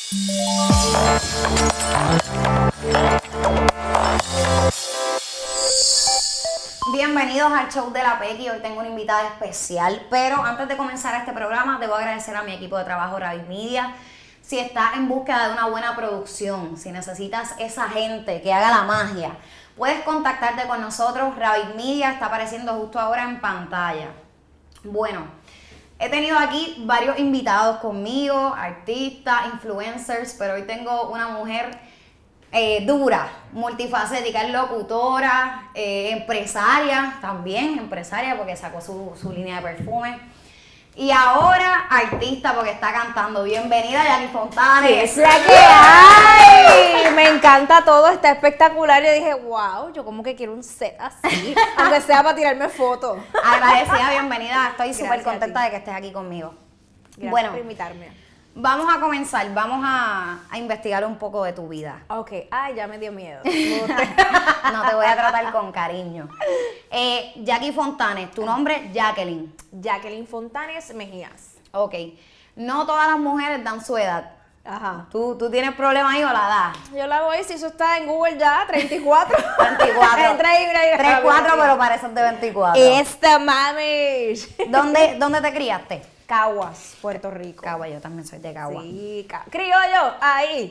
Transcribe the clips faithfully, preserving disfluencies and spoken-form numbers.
Bienvenidos al show de la Pequi. Hoy tengo una invitada especial, pero antes de comenzar este programa debo agradecer a mi equipo de trabajo Ravis Media. Si estás en búsqueda de una buena producción, si necesitas esa gente que haga la magia, puedes contactarte con nosotros. Ravis Media está apareciendo justo ahora en pantalla. Bueno, he tenido aquí varios invitados conmigo, artistas, influencers, pero hoy tengo una mujer eh, dura, multifacética, es locutora, eh, empresaria, también empresaria porque sacó su, su línea de perfume. Y ahora artista porque está cantando. Bienvenida, Jackie Fontanes. ¡Es la que hay! Me encanta todo, está espectacular. Yo dije, wow, yo como que quiero un set así, aunque sea para tirarme fotos. Agradecida, bienvenida. Estoy súper contenta de que estés aquí conmigo. Gracias bueno, por invitarme. Vamos a comenzar, vamos a, a investigar un poco de tu vida. Ok, ay, ya me dio miedo. No, te voy a tratar con cariño. Eh, Jackie Fontanes, tu nombre, Jacqueline. Jacqueline Fontanes Mejías. Ok, no todas las mujeres dan su edad. Ajá. ¿Tú, tú tienes problemas ahí o la das? Yo la voy, si eso está en Google ya, treinta y cuatro. treinta y cuatro. Entra ahí, mira, mira. treinta y cuatro, pero pareces de veinticuatro. Esta mami. ¿Dónde, ¿Dónde te criaste? Caguas, Puerto Rico. Cagua, yo también soy de Cagua. Sí, ca criollo, ahí.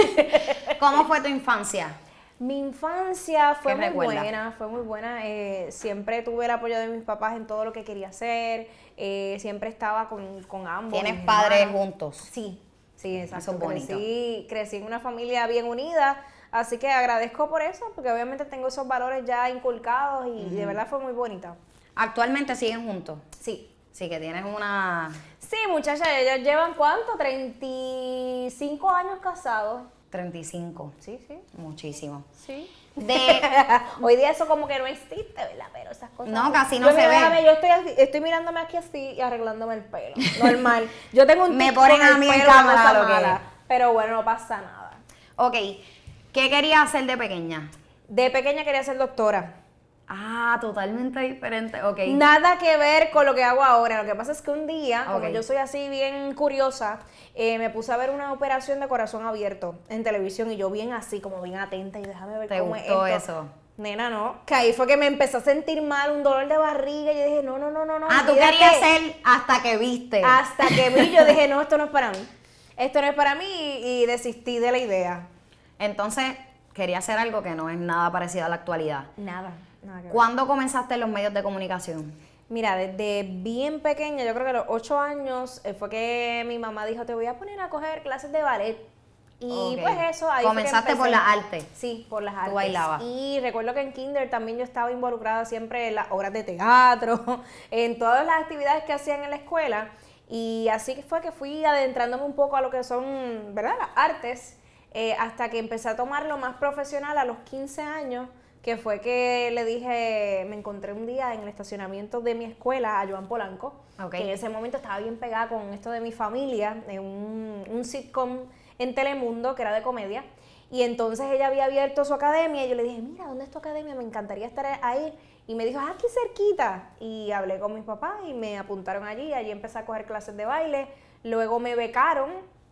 ¿Cómo fue tu infancia? Mi infancia fue ¿Qué muy recuerdas? buena, fue muy buena. Eh, siempre tuve el apoyo de mis papás en todo lo que quería hacer. Eh, siempre estaba con, con ambos. ¿Tienes mis padres hermanos. juntos? Sí, sí, exacto. Eso es bonito. Crecí, crecí en una familia bien unida, así que agradezco por eso, porque obviamente tengo esos valores ya inculcados y Ujú. de verdad fue muy bonita. ¿Actualmente siguen juntos? Sí. Sí, que tienes una... Sí, muchachas, ellos llevan ¿cuánto? treinta y cinco años casados. treinta y cinco. Sí, sí. Muchísimo. Sí. De... Hoy día eso como que no existe, ¿verdad? Pero esas cosas. No, casi no Yo, se mira, ve. Yo estoy, así- estoy mirándome aquí así y arreglándome el pelo. Normal. Yo tengo un Me tic ponen con a el mí en pelo, una cámara cosa lo que mala, es. pero bueno, no pasa nada. Ok, ¿qué querías hacer de pequeña? De pequeña quería ser doctora. Ah, totalmente diferente. Ok. Nada que ver con lo que hago ahora. Lo que pasa es que un día, como Ok. yo soy así bien curiosa, eh, me puse a ver una operación de corazón abierto en televisión y yo bien así, como bien atenta y déjame ver ¿Te cómo gustó es esto. eso? Nena, no. Que ahí fue que me empezó a sentir mal, un dolor de barriga y yo dije, no, no, no, no, no. Ah, tú olvídate. querías ser hasta que viste. Hasta que vi, yo dije, no, esto no es para mí. Esto no es para mí y, y desistí de la idea. Entonces, quería hacer algo que no es nada parecido a la actualidad. Nada, nada que ver. ¿Cuándo comenzaste en los medios de comunicación? Mira, desde bien pequeña, yo creo que a los ocho años, eh, fue que mi mamá dijo, te voy a poner a coger clases de ballet. Y Ok. pues eso, ahí fue que ¿Comenzaste por empecé. las artes? Sí, por las artes. bailabas. Y recuerdo que en kinder también yo estaba involucrada siempre en las obras de teatro, en todas las actividades que hacían en la escuela. Y así fue que fui adentrándome un poco a lo que son, ¿verdad?, las artes, eh, hasta que empecé a tomarlo más profesional a los quince años, que fue que le dije, me encontré un día en el estacionamiento de mi escuela a Joan Polanco, Ok. que en ese momento estaba bien pegada con esto de mi familia, en un, un sitcom en Telemundo que era de comedia, y entonces ella había abierto su academia y yo le dije, mira, ¿dónde es tu academia? Me encantaría estar ahí. Y me dijo, ah, aquí cerquita. Y hablé con mis papás y me apuntaron allí, allí empecé a coger clases de baile, luego me becaron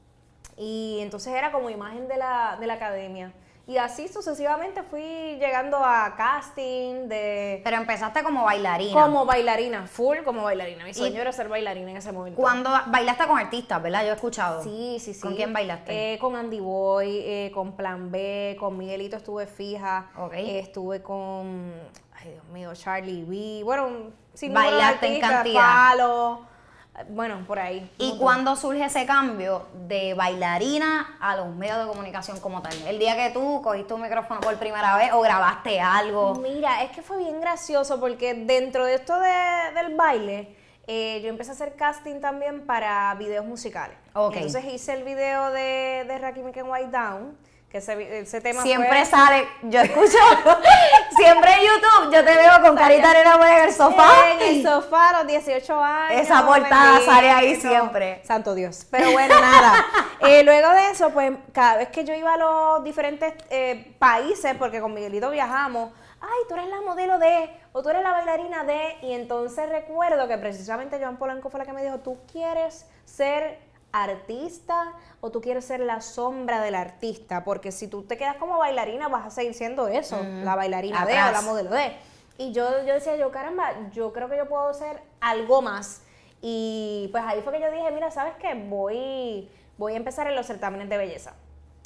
y entonces era como imagen de la, de la academia. Y así sucesivamente fui llegando a casting de... Pero empezaste como bailarina. Como bailarina, full como bailarina. Mi sueño Y- era ser bailarina en ese momento. Cuando bailaste con artistas, ¿verdad? Yo he escuchado. Sí, sí, sí. ¿Con quién bailaste? Eh, con Andy Boy, eh, con Plan B, con Miguelito estuve fija. Ok. Eh, estuve con, ay Dios mío, Charlie B. Bueno, sin número de Bailaste en artistas, cantidad. Falo. Bueno, por ahí. ¿Y un cuándo surge ese cambio de bailarina a los medios de comunicación como tal? ¿El día que tú cogiste un micrófono por primera vez o grabaste algo? Mira, es que fue bien gracioso porque dentro de esto de- del baile, eh, yo empecé a hacer casting también para videos musicales. Ok. Entonces hice el video de, de Rakim and White Down, que ese, vi- ese tema Siempre fue... sale, yo escucho, siempre en YouTube yo te veo con carita de nena buena en el sofá. En el sofá a los dieciocho años. Esa portada bendito. sale ahí siempre. Santo Dios. Pero bueno, nada. Eh, luego de eso, pues cada vez que yo iba a los diferentes eh, países, porque con Miguelito viajamos, ay, tú eres la modelo de, o tú eres la bailarina de, y entonces recuerdo que precisamente Joan Polanco fue la que me dijo, tú quieres ser artista o tú quieres ser la sombra del artista? Porque si tú te quedas como bailarina vas a seguir siendo eso, mm. la bailarina de o la modelo de. Y yo, yo decía, yo caramba, yo creo que yo puedo ser algo más. Y pues ahí fue que yo dije, mira, ¿sabes qué? Voy, voy a empezar en los certámenes de belleza.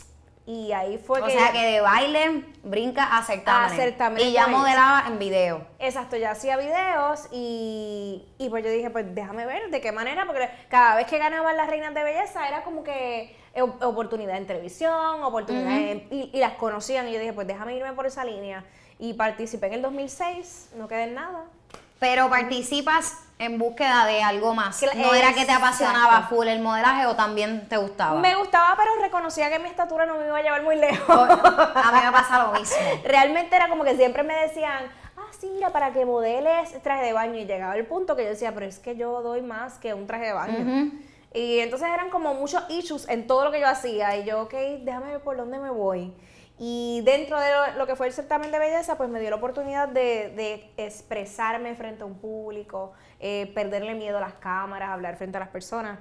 Y ahí fue o que... O sea, que de baile brinca a certámenes. A certámenes y ya de modelaba en video. Exacto, ya hacía videos y, y pues yo dije, pues déjame ver de qué manera, porque cada vez que ganaban las reinas de belleza era como que oportunidad en televisión, oportunidad uh-huh. en, y, y las conocían. Y yo dije, pues déjame irme por esa línea. Y participé en el dos mil seis, no quedé en nada. Pero participas en búsqueda de algo más. Que- No era que te apasionaba Exacto. full el modelaje o también te gustaba. Me gustaba, pero reconocía que mi estatura no me iba a llevar muy lejos. A mí me pasa lo mismo. Realmente era como que siempre me decían, ah, sí, mira, para que modeles traje de baño. Y llegaba el punto que yo decía, pero es que yo doy más que un traje de baño. Ujú. Y entonces eran como muchos issues en todo lo que yo hacía. Y yo, ok, déjame ver por dónde me voy. Y dentro de lo, lo que fue el certamen de belleza, pues me dio la oportunidad de, de expresarme frente a un público, eh, perderle miedo a las cámaras, hablar frente a las personas.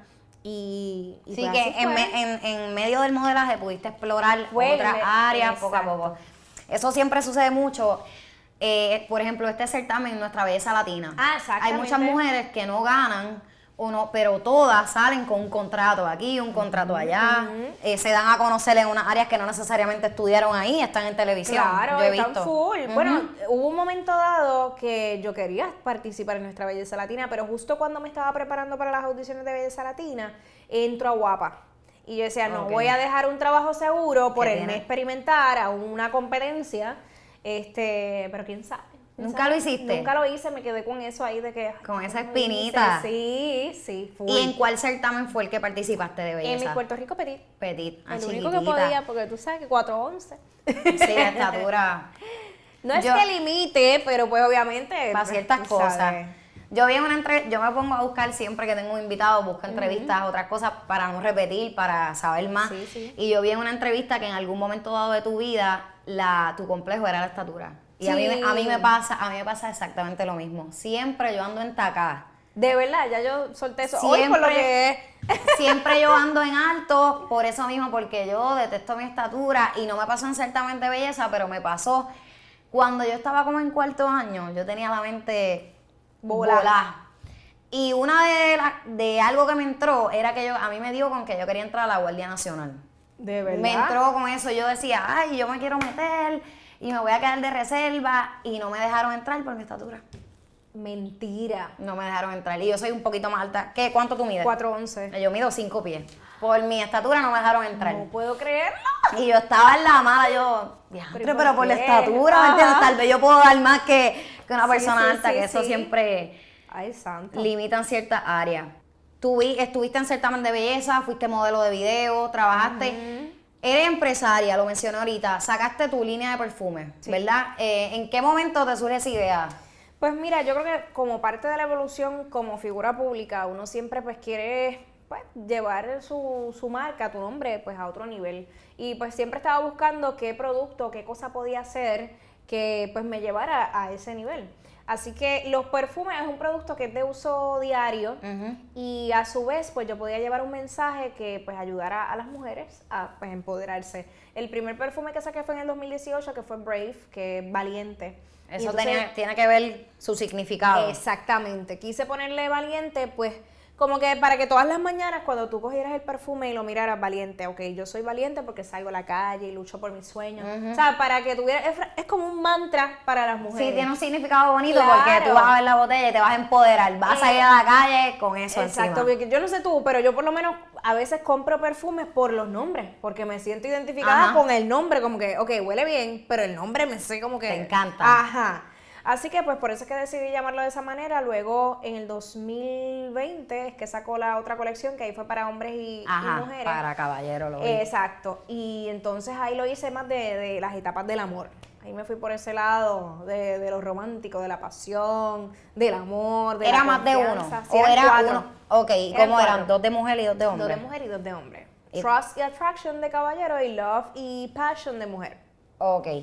Y, y Sí, pues que así en, fue. me- en, en medio del modelaje pudiste explorar Fue otras me- áreas poco a exacto. poco. Eso siempre sucede mucho. Eh, por ejemplo, este certamen, Nuestra Belleza Latina. Ah, Hay exactamente. muchas mujeres que no ganan, o no, pero todas salen con un contrato aquí, un contrato allá. Eh, se dan a conocer en unas áreas que no necesariamente estudiaron ahí, están en televisión. Claro, Yo he están visto. full. Ujú. Bueno, hubo un momento dado que yo quería participar en Nuestra Belleza Latina, pero justo cuando me estaba preparando para las audiciones de Belleza Latina, entro a Guapa. Y yo decía, no Ok. voy a dejar un trabajo seguro por Que el tiene- no experimentar a una competencia, este, pero quién sabe. ¿Quién ¿Nunca sabe? lo hiciste? Nunca lo hice, me quedé con eso ahí de que... ay, Con esa ¿cómo lo hice? espinita. Sí, sí, full. ¿Y en cuál certamen fue el que participaste de En belleza? mi Puerto Rico Petit. Petit, ah, El único que chiquitita. podía, porque tú sabes que cuatro once. Sí, la estatura. No es Yo- que limite, pero pues obviamente... Para pues, ciertas tú cosas. sabes. Yo vi en una entre... yo me pongo a buscar siempre que tengo un invitado, busco entrevistas, otras cosas para no repetir, para saber más. Sí, sí. Y yo vi en una entrevista que en algún momento dado de tu vida, la, tu complejo era la estatura. Y a, mí, me- a mí me Sí. pasa, a mí me pasa exactamente lo mismo. Siempre yo ando en tacá. De verdad, ya yo solté eso. Hoy por lo Siempre- que es. Siempre yo ando en alto, por eso mismo, porque yo detesto mi estatura y no me pasó en certamen de belleza, pero me pasó cuando yo estaba como en cuarto año, yo tenía la mente Volá. volá. Y una de, la- de algo que me entró era que yo, a mí me dio con que yo quería entrar a la Guardia Nacional. De verdad. Me entró con eso, yo decía, ay, yo me quiero meter y me voy a quedar de reserva y no me dejaron entrar por mi estatura. Mentira. No me dejaron entrar y yo soy un poquito más alta. ¿Qué? ¿Cuánto tú mides? cuatro once. Yo mido cinco pies. Por mi estatura no me dejaron entrar. No puedo creerlo. Y yo estaba en la mala, yo, diantre, ¿Pero pero, por por la qué? estatura, ¿me entiendes? Ajá. Tal vez yo puedo dar más que, que una Sí, persona sí, alta, sí, que eso sí. siempre Ay, santo. limitan ciertas áreas. Tú vi- estuviste en certamen de belleza, fuiste modelo de video, trabajaste. Eres empresaria, lo mencioné ahorita, sacaste tu línea de perfume, Sí. ¿verdad? Eh, ¿En qué momento te surge esa idea? Pues mira, yo creo que como parte de la evolución como figura pública, uno siempre pues quiere pues, llevar su, su marca, tu nombre, pues a otro nivel. Y pues siempre estaba buscando qué producto, qué cosa podía hacer que pues me llevara a ese nivel. Así que los perfumes es un producto que es de uso diario y a su vez pues yo podía llevar un mensaje que pues ayudara a las mujeres a pues empoderarse. El primer perfume que saqué fue en el dos mil dieciocho, que fue Brave, que es valiente. Y Eso entonces- tenía- tiene que ver su significado. Exactamente. Quise ponerle valiente, pues, como que para que todas las mañanas cuando tú cogieras el perfume y lo miraras valiente, ok, yo soy valiente porque salgo a la calle y lucho por mis sueños. O sea, para que tuviera, es, es como un mantra para las mujeres. Sí, tiene un significado bonito Claro. porque tú vas a ver la botella y te vas a empoderar. Vas a Eh, ir a la calle con eso Exacto, encima. porque yo no sé tú, pero yo por lo menos a veces compro perfumes por los nombres, porque me siento identificada Ajá. con el nombre, como que, ok, huele bien, pero el nombre me sé como que... Te encanta. Ajá. Así que pues por eso es que decidí llamarlo de esa manera. Luego en el dos mil veinte es que sacó la otra colección, que ahí fue para hombres y, y Ajá, mujeres. para caballero lo vi. Exacto. Y entonces ahí lo hice más de, de las etapas del amor. Ahí me fui por ese lado de, de lo romántico, de la pasión, del amor, de ¿Era la más de uno? confianza. Sí, ¿O eran era cuatro. uno? Ok, ¿y Eran ¿cómo eran? cuatro. ¿Dos de mujer y dos de hombre? Dos de mujer y dos de hombre. Y- Trust y Attraction de caballero y Love y Passion de mujer. Ok.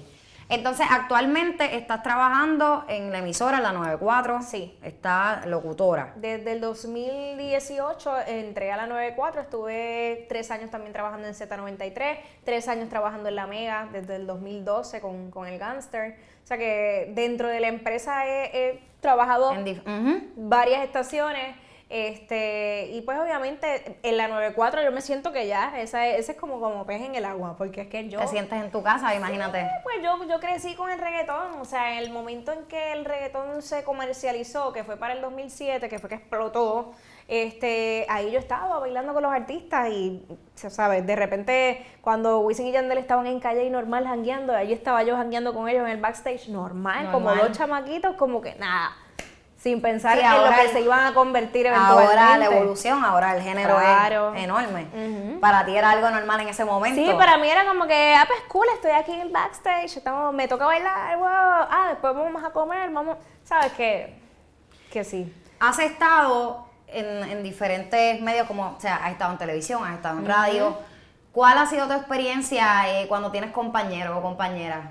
Entonces, actualmente estás trabajando en la emisora, la noventa y cuatro. Sí. Estás locutora. Desde el dos mil dieciocho entré a la noventa y cuatro, estuve tres años también trabajando en Z noventa y tres, tres años trabajando en La Mega desde el dos mil doce con, con el Gangster. O sea que dentro de la empresa he, he trabajado En dif- Ujú. varias estaciones. Este, y pues obviamente en la noventa y cuatro yo me siento que ya, esa es, ese es como, como pez en el agua, porque es que yo... Te sientes en tu casa, imagínate. Pues yo, yo crecí con el reggaetón, o sea, en el momento en que el reggaetón se comercializó, que fue para el dos mil siete, que fue que explotó, este, ahí yo estaba bailando con los artistas y, ¿sabes? De repente, cuando Wisin y Yandel estaban en Calle y Normal jangueando, ahí estaba yo jangueando con ellos en el backstage, normal, Normal. como dos chamaquitos, como que nada, sin pensar Sí, en lo ahora que el- se iban a convertir eventualmente. Ahora la evolución, ahora el género Claro. es enorme. Ujú. Para ti era algo normal en ese momento. Sí, para mí era como que, ah, pues cool, estoy aquí en el backstage, estamos, me toca bailar, wow, ah, después vamos a comer, vamos, ¿sabes qué? Que sí. Has estado en, en diferentes medios, como, o sea, has estado en televisión, has estado en radio. ¿Cuál ha sido tu experiencia eh, cuando tienes compañeros o compañeras?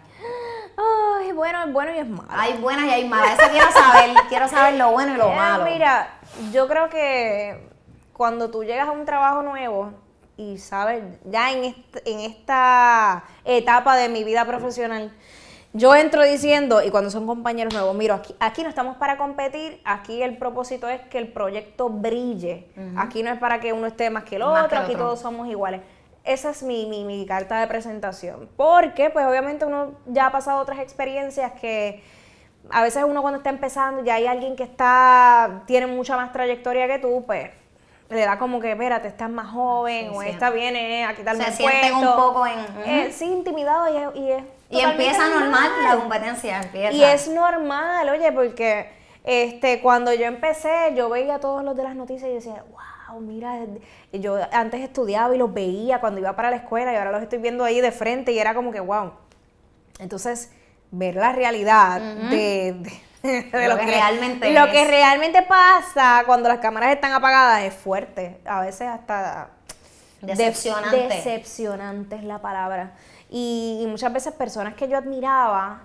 Ay, bueno, es bueno y es malo. Hay buenas y hay malas. Eso quiero saber. Quiero saber lo bueno y lo Eh, malo. Mira, yo creo que cuando tú llegas a un trabajo nuevo y sabes, ya en, est- en esta etapa de mi vida profesional, yo entro diciendo, y cuando son compañeros nuevos, miro, aquí, aquí no estamos para competir, aquí el propósito es que el proyecto brille. Aquí no es para que uno esté más que el Más otro, que el aquí otro. todos somos iguales. Esa es mi, mi, mi carta de presentación. Porque, pues, obviamente uno ya ha pasado otras experiencias que a veces uno cuando está empezando ya hay alguien que está, tiene mucha más trayectoria que tú, pues, le da como que, espérate, estás más joven, Sí, o sí. esta viene a quitarme Se el sienten un puesto. poco en- Eh, ujú. sí, intimidado y es... Y, es Y totalmente empieza normal, la competencia empieza. y es normal, oye, porque este, cuando yo empecé, yo veía a todos los de las noticias y decía, wow, mira, y yo antes estudiaba y los veía cuando iba para la escuela y ahora los estoy viendo ahí de frente y era como que, wow. Entonces, ver la realidad de, de, de Lo que realmente lo es. que realmente pasa cuando las cámaras están apagadas es fuerte, a veces hasta... Decepcionante. De- decepcionante es la palabra. Y, y muchas veces personas que yo admiraba,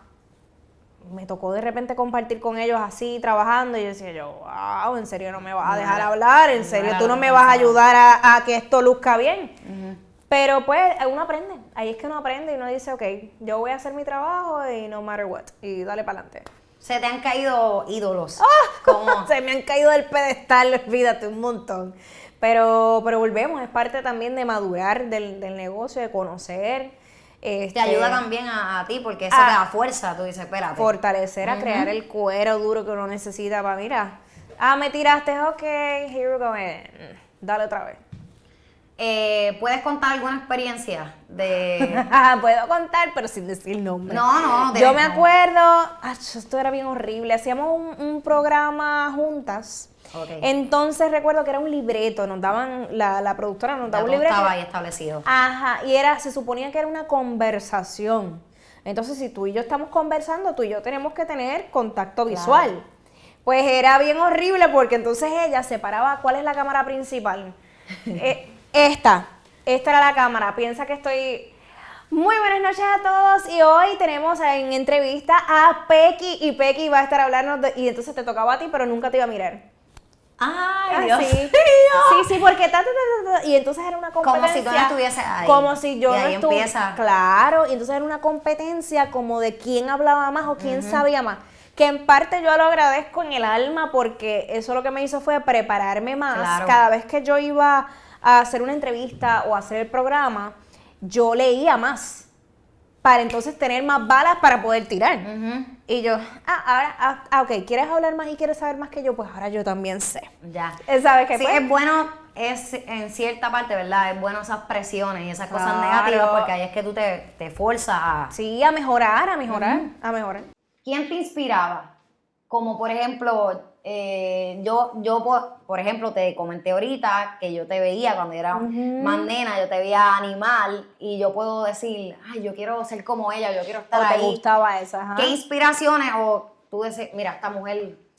me tocó de repente compartir con ellos así, trabajando, y yo decía yo, wow, ¿en serio no me vas a No dejar era- hablar? ¿En no serio era tú lo no que me vas a pensaba. ayudar a, a que esto luzca bien? Pero pues uno aprende, ahí es que uno aprende y uno dice, ok, yo voy a hacer mi trabajo y no matter what, y dale para adelante. Se te han caído ídolos. ¡Ah! Como Se me han caído del pedestal, olvídate, un montón. Pero, pero volvemos, es parte también de madurar del, del negocio, de conocer. te este, ayuda también a, a ti porque eso Ah. te da fuerza. Tú dices, espérate. fortalecer, a crear el cuero duro que uno necesita para, mira, ah, me tiraste, ok, here we go, eh, dale otra vez. Eh, ¿Puedes contar alguna experiencia de...? Puedo contar, pero sin decir nombre. No, no, de- Yo me no. acuerdo, ah, esto era bien horrible, hacíamos un, un programa juntas. Ok. Entonces recuerdo que era un libreto, nos daban, la, la productora nos Ya daba un todo libreto. estaba ahí establecido. Ajá, y era, se suponía que era una conversación. Entonces, si tú y yo estamos conversando, tú y yo tenemos que tener contacto visual. Pues era bien horrible porque entonces ella separaba cuál es la cámara principal. Eh, esta, esta era la cámara. Piensa que estoy... Muy buenas noches a todos y hoy tenemos en entrevista a Pequi y Pequi va a estar hablando de- y entonces te tocaba a ti pero nunca te iba a mirar. ¡Ay, Ah, Dios sí. mío! Sí, sí, porque ta, ta, ta, ta, ta, y entonces era una Como competencia. si tú no estuvieses ahí. Como si yo Y no ahí estuviera. empieza. Claro, y entonces era una competencia como de quién hablaba más o quién sabía más. Que en parte yo lo agradezco en el alma porque eso lo que me hizo fue prepararme más. Claro. Cada vez que yo iba a hacer una entrevista o a hacer el programa, yo leía más. Para entonces tener más balas para poder tirar. Ujú. Y yo, ah, ahora, ah, ah, ok, ¿quieres hablar más y quieres saber más que yo? Pues ahora yo también sé. Ya. Eh, ¿Sabes qué? Sí, Pues, es bueno, es en cierta parte, ¿verdad? Es bueno esas presiones y esas cosas Claro. negativas porque ahí es que tú te, te forzas a... sí, a mejorar, a mejorar, a mejorar. ¿Quién te inspiraba? Como por ejemplo, eh, yo, yo por, por ejemplo, te comenté ahorita que yo te veía cuando yo era más nena, yo te veía animal y yo puedo decir, ay, yo quiero ser como ella, yo quiero estar ¿O te ahí. gustaba esa? Ajá. ¿Qué inspiraciones o tú dices, mira, esta mujer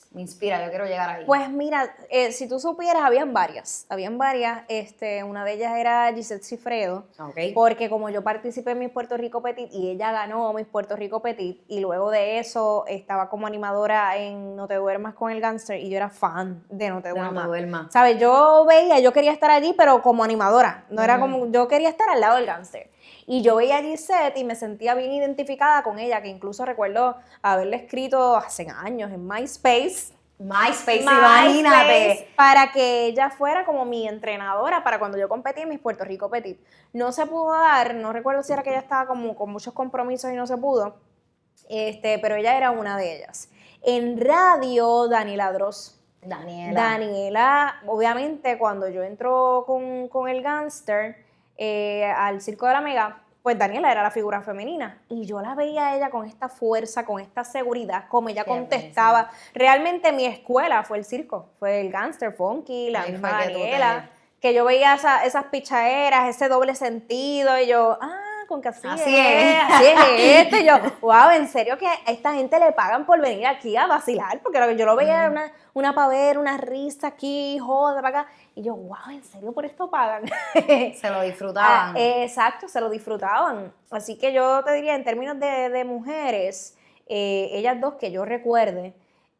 me inspira, yo quiero llegar ahí. Pues mira, eh, si tú supieras, habían varias, habían varias, este, una de ellas era Giselle Cifredo, okay. porque como yo participé en Miss Puerto Rico Petit y ella ganó Miss Puerto Rico Petit, y luego de eso estaba como animadora en No te duermas con el Gangster, y yo era fan de No te duermas. No te duermas. ¿Sabes? Yo veía, yo quería estar allí, pero como animadora, no mm. era como, yo quería estar al lado del Gangster. Y yo veía a Gisette y me sentía bien identificada con ella, que incluso recuerdo haberle escrito hace años en MySpace. MySpace, imagínate. Para que ella fuera como mi entrenadora para cuando yo competí en Miss Puerto Rico Petit. No se pudo dar, no recuerdo si era que ella estaba como con muchos compromisos y no se pudo, este, pero ella era una de ellas. En radio, Daniela Dross. Daniela. Daniela, obviamente, cuando yo entro con, con el Gangster, Eh, al Circo de la Mega, pues Daniela era la figura femenina y yo la veía a ella con esta fuerza, con esta seguridad, como ella Qué contestaba. Buenísimo. Realmente mi escuela fue el circo, fue el Gangster, Funky, la misma Daniela, que, que yo veía esa, esas pichaderas, ese doble sentido y yo, ah, con que así, así es, es, así es esto, y yo, wow, en serio que a esta gente le pagan por venir aquí a vacilar, porque lo que yo lo veía era una, una pavera, una risa aquí, joda para acá, y yo, wow, en serio por esto pagan. Se lo disfrutaban. Ah, eh, exacto, se lo disfrutaban. Así que yo te diría, en términos de, de mujeres, eh, ellas dos que yo recuerde,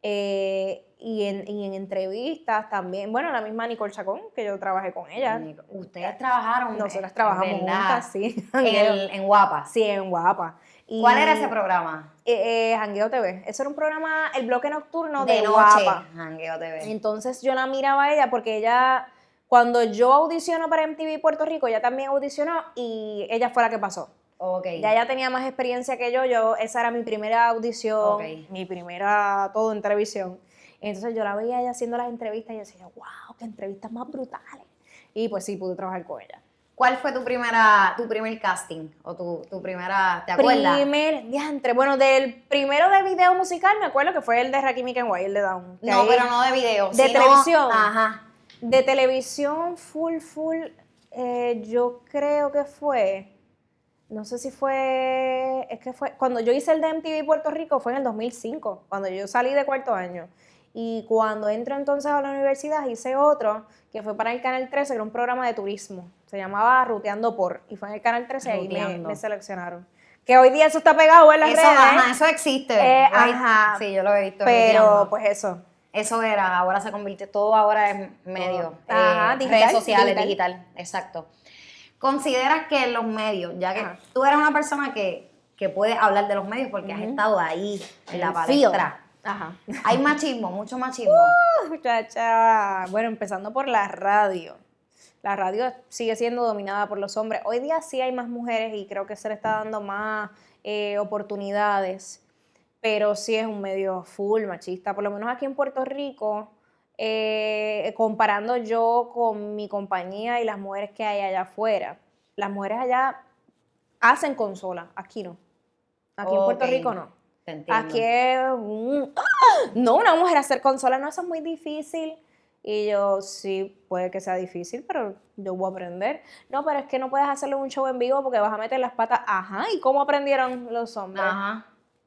eh, y, en, y en entrevistas también, bueno, la misma Nicole Chacón, que yo trabajé con ella. Ustedes trabajaron. Nosotras trabajamos juntas, sí. En, el, en Guapa. Sí, en Guapa. Y, ¿cuál era ese programa? Eh, eh, Jangueo T V. Eso era un programa, el bloque nocturno de, de noche. Guapa. Jangueo T V. Entonces yo la miraba a ella porque ella, cuando yo audiciono para M T V Puerto Rico, ella también audicionó y ella fue la que pasó. Okay. Ya ella tenía más experiencia que yo, yo esa era mi primera audición, okay. mi primera todo en televisión. Entonces yo la veía a ella haciendo las entrevistas y yo decía, wow, qué entrevistas más brutales. Y pues sí, pude trabajar con ella. ¿Cuál fue tu primera, tu primer casting? O tu, tu primera, ¿te acuerdas? Primer, diantre, bueno, del primero de video musical me acuerdo que fue el de Rakim y Kenway, el de Down. No, pero no de video. De sino, televisión. Ajá. De televisión, full, full, eh, yo creo que fue, no sé si fue, es que fue, cuando yo hice el de M T V Puerto Rico fue en el dos mil cinco, cuando yo salí de cuarto año. Y cuando entro entonces a la universidad hice otro, que fue para el Canal trece, que era un programa de turismo. Se llamaba Ruteando Por, y fue en el Canal trece y ahí me, me seleccionaron. Que hoy día eso está pegado en las eso, redes. Ajá, eso existe. Eh, ajá. Sí, yo lo he visto. Pero, ruteando. pues eso. Eso era, ahora se convirtió, todo ahora es medio. Oh. Ajá, eh, digital, redes sociales, digital. digital, exacto. ¿Consideras que los medios, ya que Ajá. tú eres una persona que, que puede hablar de los medios porque uh-huh. has estado ahí, en la palestra? Ajá. Hay machismo, mucho machismo. Uh, muchacha. Bueno, empezando por la radio. La radio sigue siendo dominada por los hombres. Hoy día sí hay más mujeres y creo que se le está dando más eh, oportunidades, pero sí es un medio full machista. Por lo menos aquí en Puerto Rico, eh, comparando yo con mi compañía y las mujeres que hay allá afuera, las mujeres allá hacen consola, aquí no. Aquí okay. en Puerto Rico no. Aquí es un, ¡ah! No, una mujer hacer consola, no, eso es muy difícil. Y yo, sí, puede que sea difícil, pero yo voy a aprender. No, pero es que no puedes hacerlo en un show en vivo porque vas a meter las patas. Ajá, ¿y cómo aprendieron los hombres? Ajá.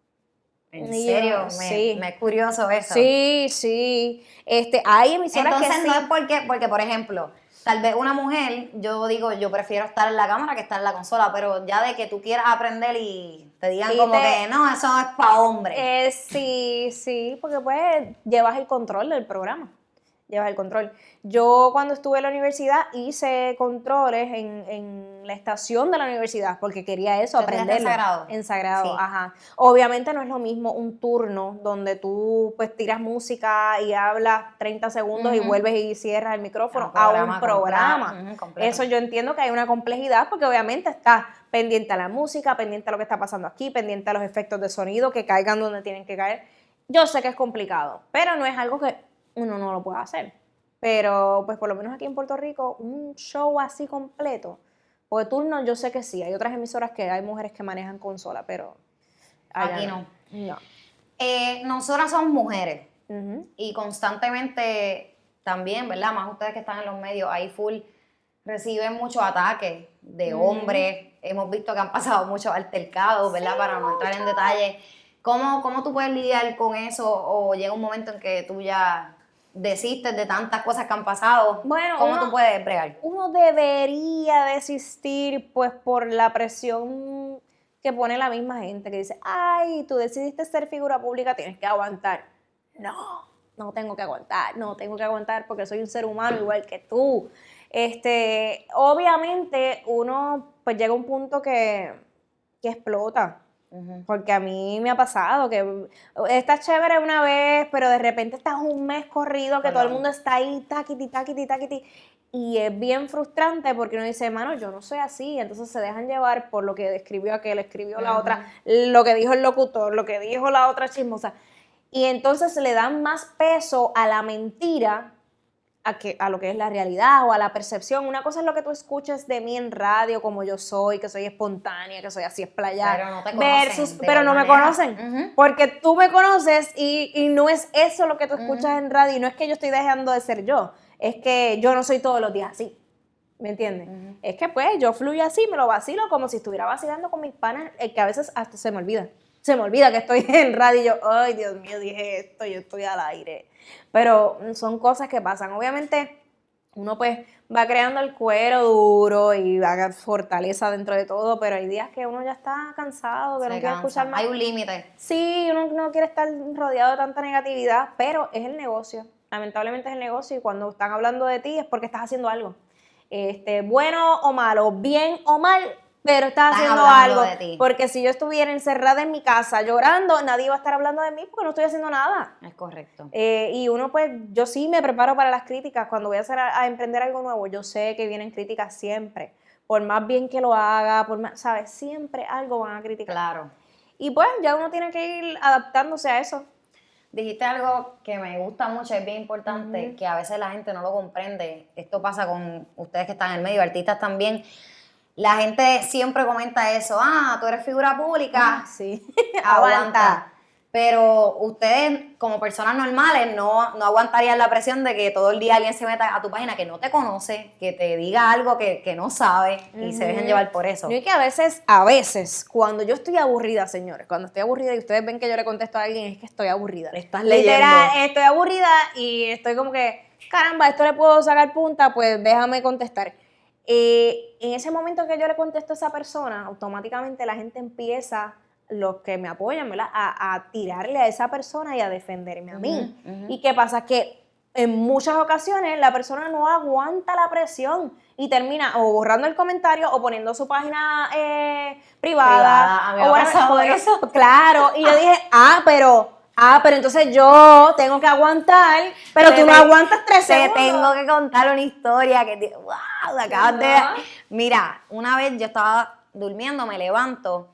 ¿En y serio? Yo, me, sí. me es curioso eso. Sí, sí. Este, hay emisoras Entonces, que no sí. es porque, porque, por ejemplo, tal vez una mujer, yo digo, yo prefiero estar en la cámara que estar en la consola, pero ya de que tú quieras aprender y te digan y como te, que no, eso no es para hombres. Eh, sí, sí, porque pues llevas el control del programa. Llevas el control. Yo cuando estuve en la universidad hice controles en, en la estación de la universidad porque quería eso, aprenderlo. En Sagrado. En Sagrado, sí. Ajá. Obviamente no es lo mismo un turno donde tú pues tiras música y hablas treinta segundos uh-huh. y vuelves y cierras el micrófono un a un programa. Uh-huh, eso yo entiendo que hay una complejidad porque obviamente estás pendiente a la música, pendiente a lo que está pasando aquí, pendiente a los efectos de sonido que caigan donde tienen que caer. Yo sé que es complicado, pero no es algo que uno no lo puede hacer. Pero, pues, por lo menos aquí en Puerto Rico, un show así completo, porque turno yo sé que sí, hay otras emisoras que hay mujeres que manejan consola, pero aquí no. No. Eh, nosotras somos mujeres uh-huh. y constantemente también, ¿verdad? Más ustedes que están en los medios, ahí full, reciben muchos ataques de uh-huh. hombres. Hemos visto que han pasado muchos altercados, ¿verdad? Sí, Para no entrar en detalle. ¿Cómo, ¿Cómo tú puedes lidiar con eso o llega un momento en que tú ya desistes de tantas cosas que han pasado? Bueno, ¿Cómo uno, tú puedes bregar? Uno debería desistir pues por la presión que pone la misma gente que dice, ay, tú decidiste ser figura pública, tienes que aguantar. No, no tengo que aguantar, no tengo que aguantar porque soy un ser humano igual que tú. Este, obviamente uno pues llega a un punto que, que explota. Porque a mí me ha pasado que estás chévere una vez, pero de repente estás un mes corrido que todo el mundo está ahí, taquiti, taquiti, taquiti. Y es bien frustrante porque uno dice, mano, yo no soy así. Entonces se dejan llevar por lo que escribió aquel, escribió la uh-huh. otra, lo que dijo el locutor, lo que dijo la otra chismosa. Y entonces le dan más peso a la mentira A, que, a lo que es la realidad o a la percepción. Una cosa es lo que tú escuches de mí en radio, como yo soy, que soy espontánea, que soy así esplayada. Pero no te conocen. Versus, pero no manera. me conocen. Uh-huh. Porque tú me conoces y, y no es eso lo que tú escuchas uh-huh. en radio. Y no es que yo estoy dejando de ser yo. Es que yo no soy todos los días así. ¿Me entiendes? Uh-huh. Es que pues yo fluyo así, me lo vacilo como si estuviera vacilando con mis panas, que a veces hasta se me olvida. Se me olvida que estoy en radio y yo, ay, Dios mío, dije esto, yo estoy al aire. Pero son cosas que pasan. Obviamente, uno pues va creando el cuero duro y va fortaleza dentro de todo, pero hay días que uno ya está cansado, que Se no cansa. quiere escuchar más. Hay un límite. Sí, uno no quiere estar rodeado de tanta negatividad, pero es el negocio. Lamentablemente es el negocio y cuando están hablando de ti es porque estás haciendo algo. Este, bueno o malo, bien o mal, pero estás haciendo algo, de ti. Porque si yo estuviera encerrada en mi casa llorando, nadie iba a estar hablando de mí porque no estoy haciendo nada. Es correcto. Eh, y uno pues, yo sí me preparo para las críticas, cuando voy a, hacer a, a emprender algo nuevo, yo sé que vienen críticas siempre, por más bien que lo haga, por más, ¿sabes? Siempre algo van a criticar. Claro. Y pues ya uno tiene que ir adaptándose a eso. Dijiste algo que me gusta mucho, es bien importante, uh-huh. que a veces la gente no lo comprende. Esto pasa con ustedes que están en el medio, artistas también. La gente siempre comenta eso, ah, tú eres figura pública, ah, sí. aguanta. Pero ustedes, como personas normales, no, no aguantarían la presión de que todo el día alguien se meta a tu página que no te conoce, que te diga algo que, que no sabe y uh-huh. se dejen llevar por eso. Y que a veces, a veces, cuando yo estoy aburrida, señores, cuando estoy aburrida y ustedes ven que yo le contesto a alguien, es que estoy aburrida. Estás leyendo. Literal, estoy aburrida y estoy como que, caramba, esto le puedo sacar punta, pues déjame contestar. Eh, en ese momento que yo le contesto a esa persona, automáticamente la gente empieza, los que me apoyan, ¿verdad? A, a tirarle a esa persona y a defenderme a mí. Uh-huh, uh-huh. ¿Y qué pasa? Que en muchas ocasiones la persona no aguanta la presión y termina o borrando el comentario o poniendo su página eh, privada. privada. A mí me ha pasado eso. Claro, y yo dije, ah, pero... Ah, pero entonces yo tengo que aguantar, pero te tú no aguantas tres te segundos. Te tengo que contar una historia que, wow, acabas de... Mira, una vez yo estaba durmiendo, me levanto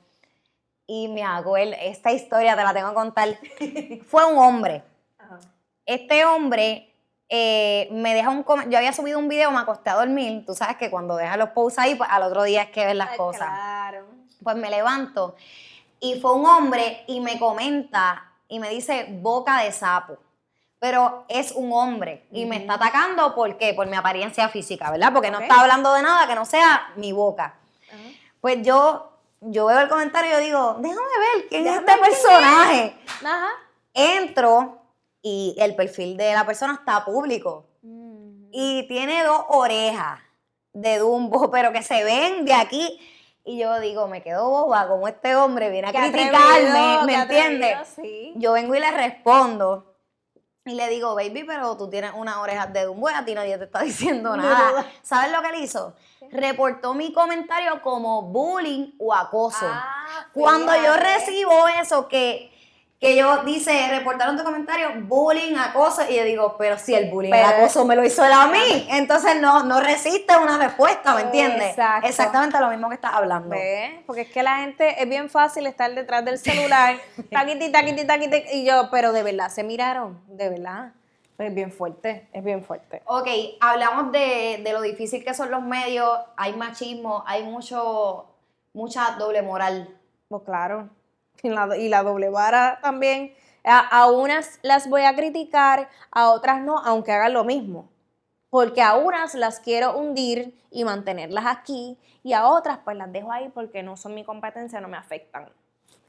y me acuerdo, esta historia te la tengo que contar. Fue un hombre. Ajá. Este hombre eh, me deja un... Yo había subido un video, me acosté a dormir. Tú sabes que cuando dejas los posts ahí, pues al otro día es que ves las Ay, cosas. Claro. Pues me levanto y fue un hombre y me comenta... y me dice boca de sapo, pero es un hombre y uh-huh. me está atacando, ¿por qué? Por mi apariencia física, ¿verdad? Porque okay. no está hablando de nada que no sea mi boca. Uh-huh. Pues yo, yo veo el comentario y yo digo, déjame ver quién es este personaje. Ajá. Entro y el perfil de la persona está público uh-huh. y tiene dos orejas de Dumbo, pero que se ven de aquí. Y yo digo, me quedo boba, como este hombre viene a criticarme, ¿me entiendes? Sí. Yo vengo y le respondo y le digo, baby, pero tú tienes unas orejas de Dumbo y a ti nadie te está diciendo nada. No. ¿Sabes lo que él hizo? ¿Qué? Reportó mi comentario como bullying o acoso. Ah, Cuando yo recibo eso, que... que yo dice, reportaron tu comentario, bullying, acoso, y yo digo, pero si el bullying, pero el acoso me lo hizo él a mí, entonces no, no resiste una respuesta, ¿me entiendes? Exacto. Exactamente lo mismo que estás hablando. ¿Ves? Porque es que la gente, es bien fácil estar detrás del celular, taquiti, taquiti, taquiti, y yo, pero de verdad, se miraron, de verdad. Es bien fuerte, es bien fuerte. Ok, hablamos de, de lo difícil que son los medios, hay machismo, hay mucho, mucha doble moral. Pues claro. Y la, y la doble vara también. A, a unas las voy a criticar, a otras no, aunque hagan lo mismo. Porque a unas las quiero hundir y mantenerlas aquí, y a otras pues las dejo ahí porque no son mi competencia, no me afectan.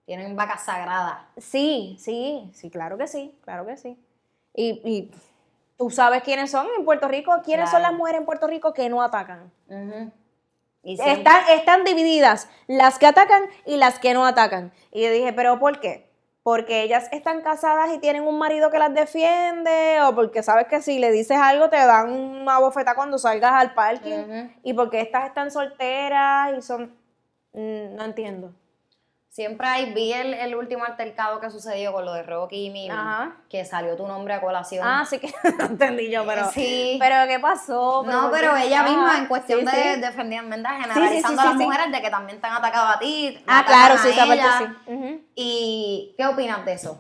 tienen vacas sagradas. Sí, sí, sí, claro que sí, claro que sí. Y, y tú sabes quiénes son en Puerto Rico, quiénes Claro. son las mujeres en Puerto Rico que no atacan. Uh-huh. Y siempre- Están, están divididas, las que atacan y las que no atacan. Y yo dije, ¿pero por qué? Porque ellas están casadas y tienen un marido que las defiende, o porque sabes que si le dices algo te dan una bofeta cuando salgas al parking, Uh-huh. y porque estas están solteras y son... mm, no entiendo. Siempre hay, vi el, el último altercado que sucedió con lo de Rocky y Mimi, Ajá. que salió tu nombre a colación. Ah, sí que no entendí yo, pero... Sí. Pero ¿qué pasó? No, ¿por pero qué? ella Ajá, misma, en cuestión sí, de sí. defendiendo, ¿verdad? sí, Generalizando sí, a las sí, sí. mujeres de que también te han atacado a ti. Ah, atacan claro, a sí, esa parte ella. sí. Ujú. ¿Y qué opinas de eso?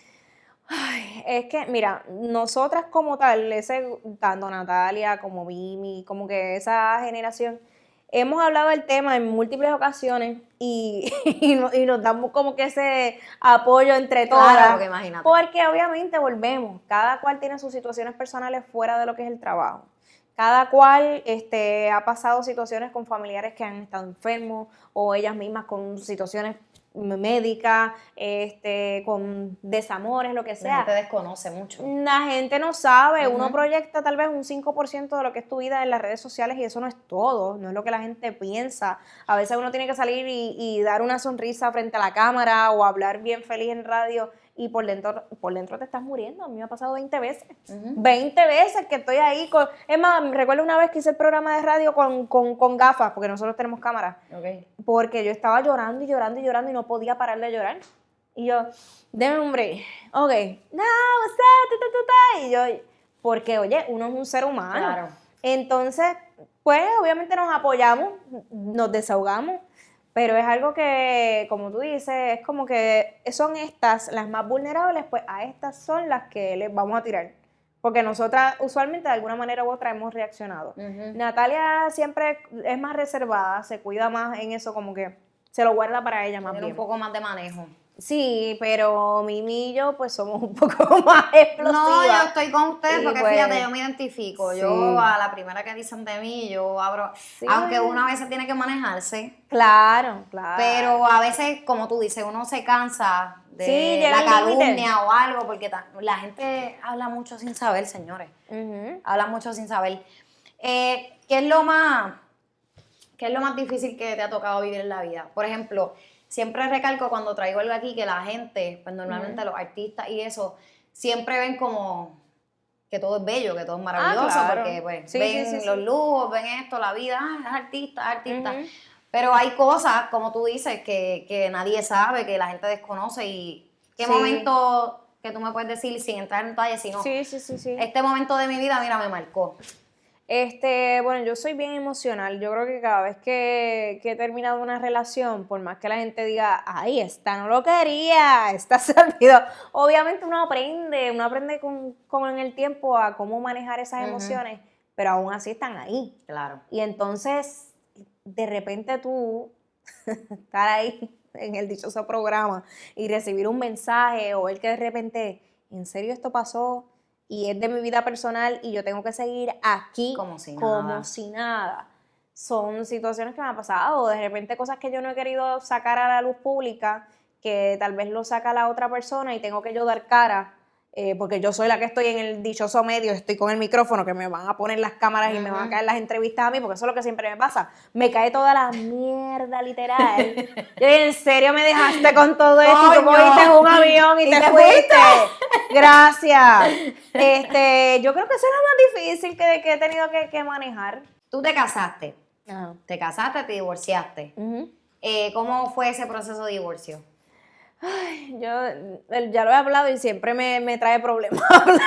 Ay, es que, mira, nosotras como tal, ese, tanto Natalia como Mimi, como que esa generación, hemos hablado del tema en múltiples ocasiones y, y, no- y nos damos como que ese apoyo entre Claro, todas. porque imagínate. Porque obviamente volvemos, cada cual tiene sus situaciones personales fuera de lo que es el trabajo. Cada cual este, ha pasado situaciones con familiares que han estado enfermos o ellas mismas con situaciones médicas, este, con desamores, lo que La sea. gente desconoce mucho. La gente no sabe, Ujú. uno proyecta tal vez un cinco por ciento de lo que es tu vida en las redes sociales y eso no es todo, no es lo que la gente piensa. A veces uno tiene que salir y, y dar una sonrisa frente a la cámara o hablar bien feliz en radio y por dentro, por dentro te estás muriendo. A mí me ha pasado veinte veces. Ujú. veinte veces que estoy ahí. Con... Es más, recuerdo una vez que hice el programa de radio con, con, con gafas, porque nosotros tenemos cámaras, Ok. porque yo estaba llorando y llorando y llorando y no podía parar de llorar. Y yo, deme un break. Ok, no, what's up, ta, ta, ta, ta. Y yo, porque, oye, uno es un ser humano. Claro. Entonces, pues, obviamente nos apoyamos, nos desahogamos, pero es algo que, como tú dices, es como que son estas las más vulnerables, pues a estas son las que les vamos a tirar. Porque nosotras, usualmente, de alguna manera u otra, hemos reaccionado. Ujú. Natalia siempre es más reservada, se cuida más en eso, como que se lo guarda para ella más Tiene bien. un poco más de manejo. Sí, pero Mimi y yo pues somos un poco más explosivas. No, yo estoy con ustedes Y porque pues, fíjate, yo me identifico. sí. Yo a la primera que dicen de mí, yo abro. Sí. Aunque uno a veces tiene que manejarse, Claro, claro. pero a veces, como tú dices, uno se cansa de Sí, llega la el límite. calumnia o algo, porque ta- la gente habla mucho sin saber, señores. Ujú. Habla mucho sin saber. Eh, ¿qué es lo más, qué es lo más difícil que te ha tocado vivir en la vida? Por ejemplo, siempre recalco cuando traigo algo aquí que la gente, pues normalmente los artistas y eso, siempre ven como que todo es bello, que todo es maravilloso, Ah, claro. porque pues Sí, ven sí, sí, los sí. lujos, ven esto, la vida, ah, es artista, es artista. Ujú. Pero hay cosas, como tú dices, que, que nadie sabe, que la gente desconoce y qué Sí. momento que tú me puedes decir sin entrar en detalle, sino Sí, sí, sí, sí. este momento de mi vida, mira, me marcó. Este, bueno, yo soy bien emocional. Yo creo que cada vez que, que he terminado una relación, por más que la gente diga, ay, esta no lo quería, esta se olvidó. Obviamente uno aprende, uno aprende con, con el tiempo a cómo manejar esas Ujú. emociones, pero aún así están ahí. Claro. Y entonces, de repente tú estar ahí en el dichoso programa y recibir un mensaje o ver que de repente, ¿en serio esto pasó? Y es de mi vida personal y yo tengo que seguir aquí Como si como nada. si nada. Son situaciones que me han pasado, de repente cosas que yo no he querido sacar a la luz pública, que tal vez lo saca la otra persona y tengo que yo dar cara, eh, porque yo soy la que estoy en el dichoso medio, estoy con el micrófono, que me van a poner las cámaras y me van a Ujú. caer las entrevistas a mí, porque eso es lo que siempre me pasa. Me cae toda la mierda, literal. Yo, ¿en serio me dejaste con todo esto? Y tú Coño. cogiste un avión y, ¿Y te, te fuiste. Gracias. Este, yo creo que eso es lo más difícil que, que he tenido que, que manejar. Tú te casaste, Ajá. te casaste, te divorciaste. Ujú. Eh, ¿Cómo fue ese proceso de divorcio? Yo eh, ya lo he hablado y siempre me, me trae problemas.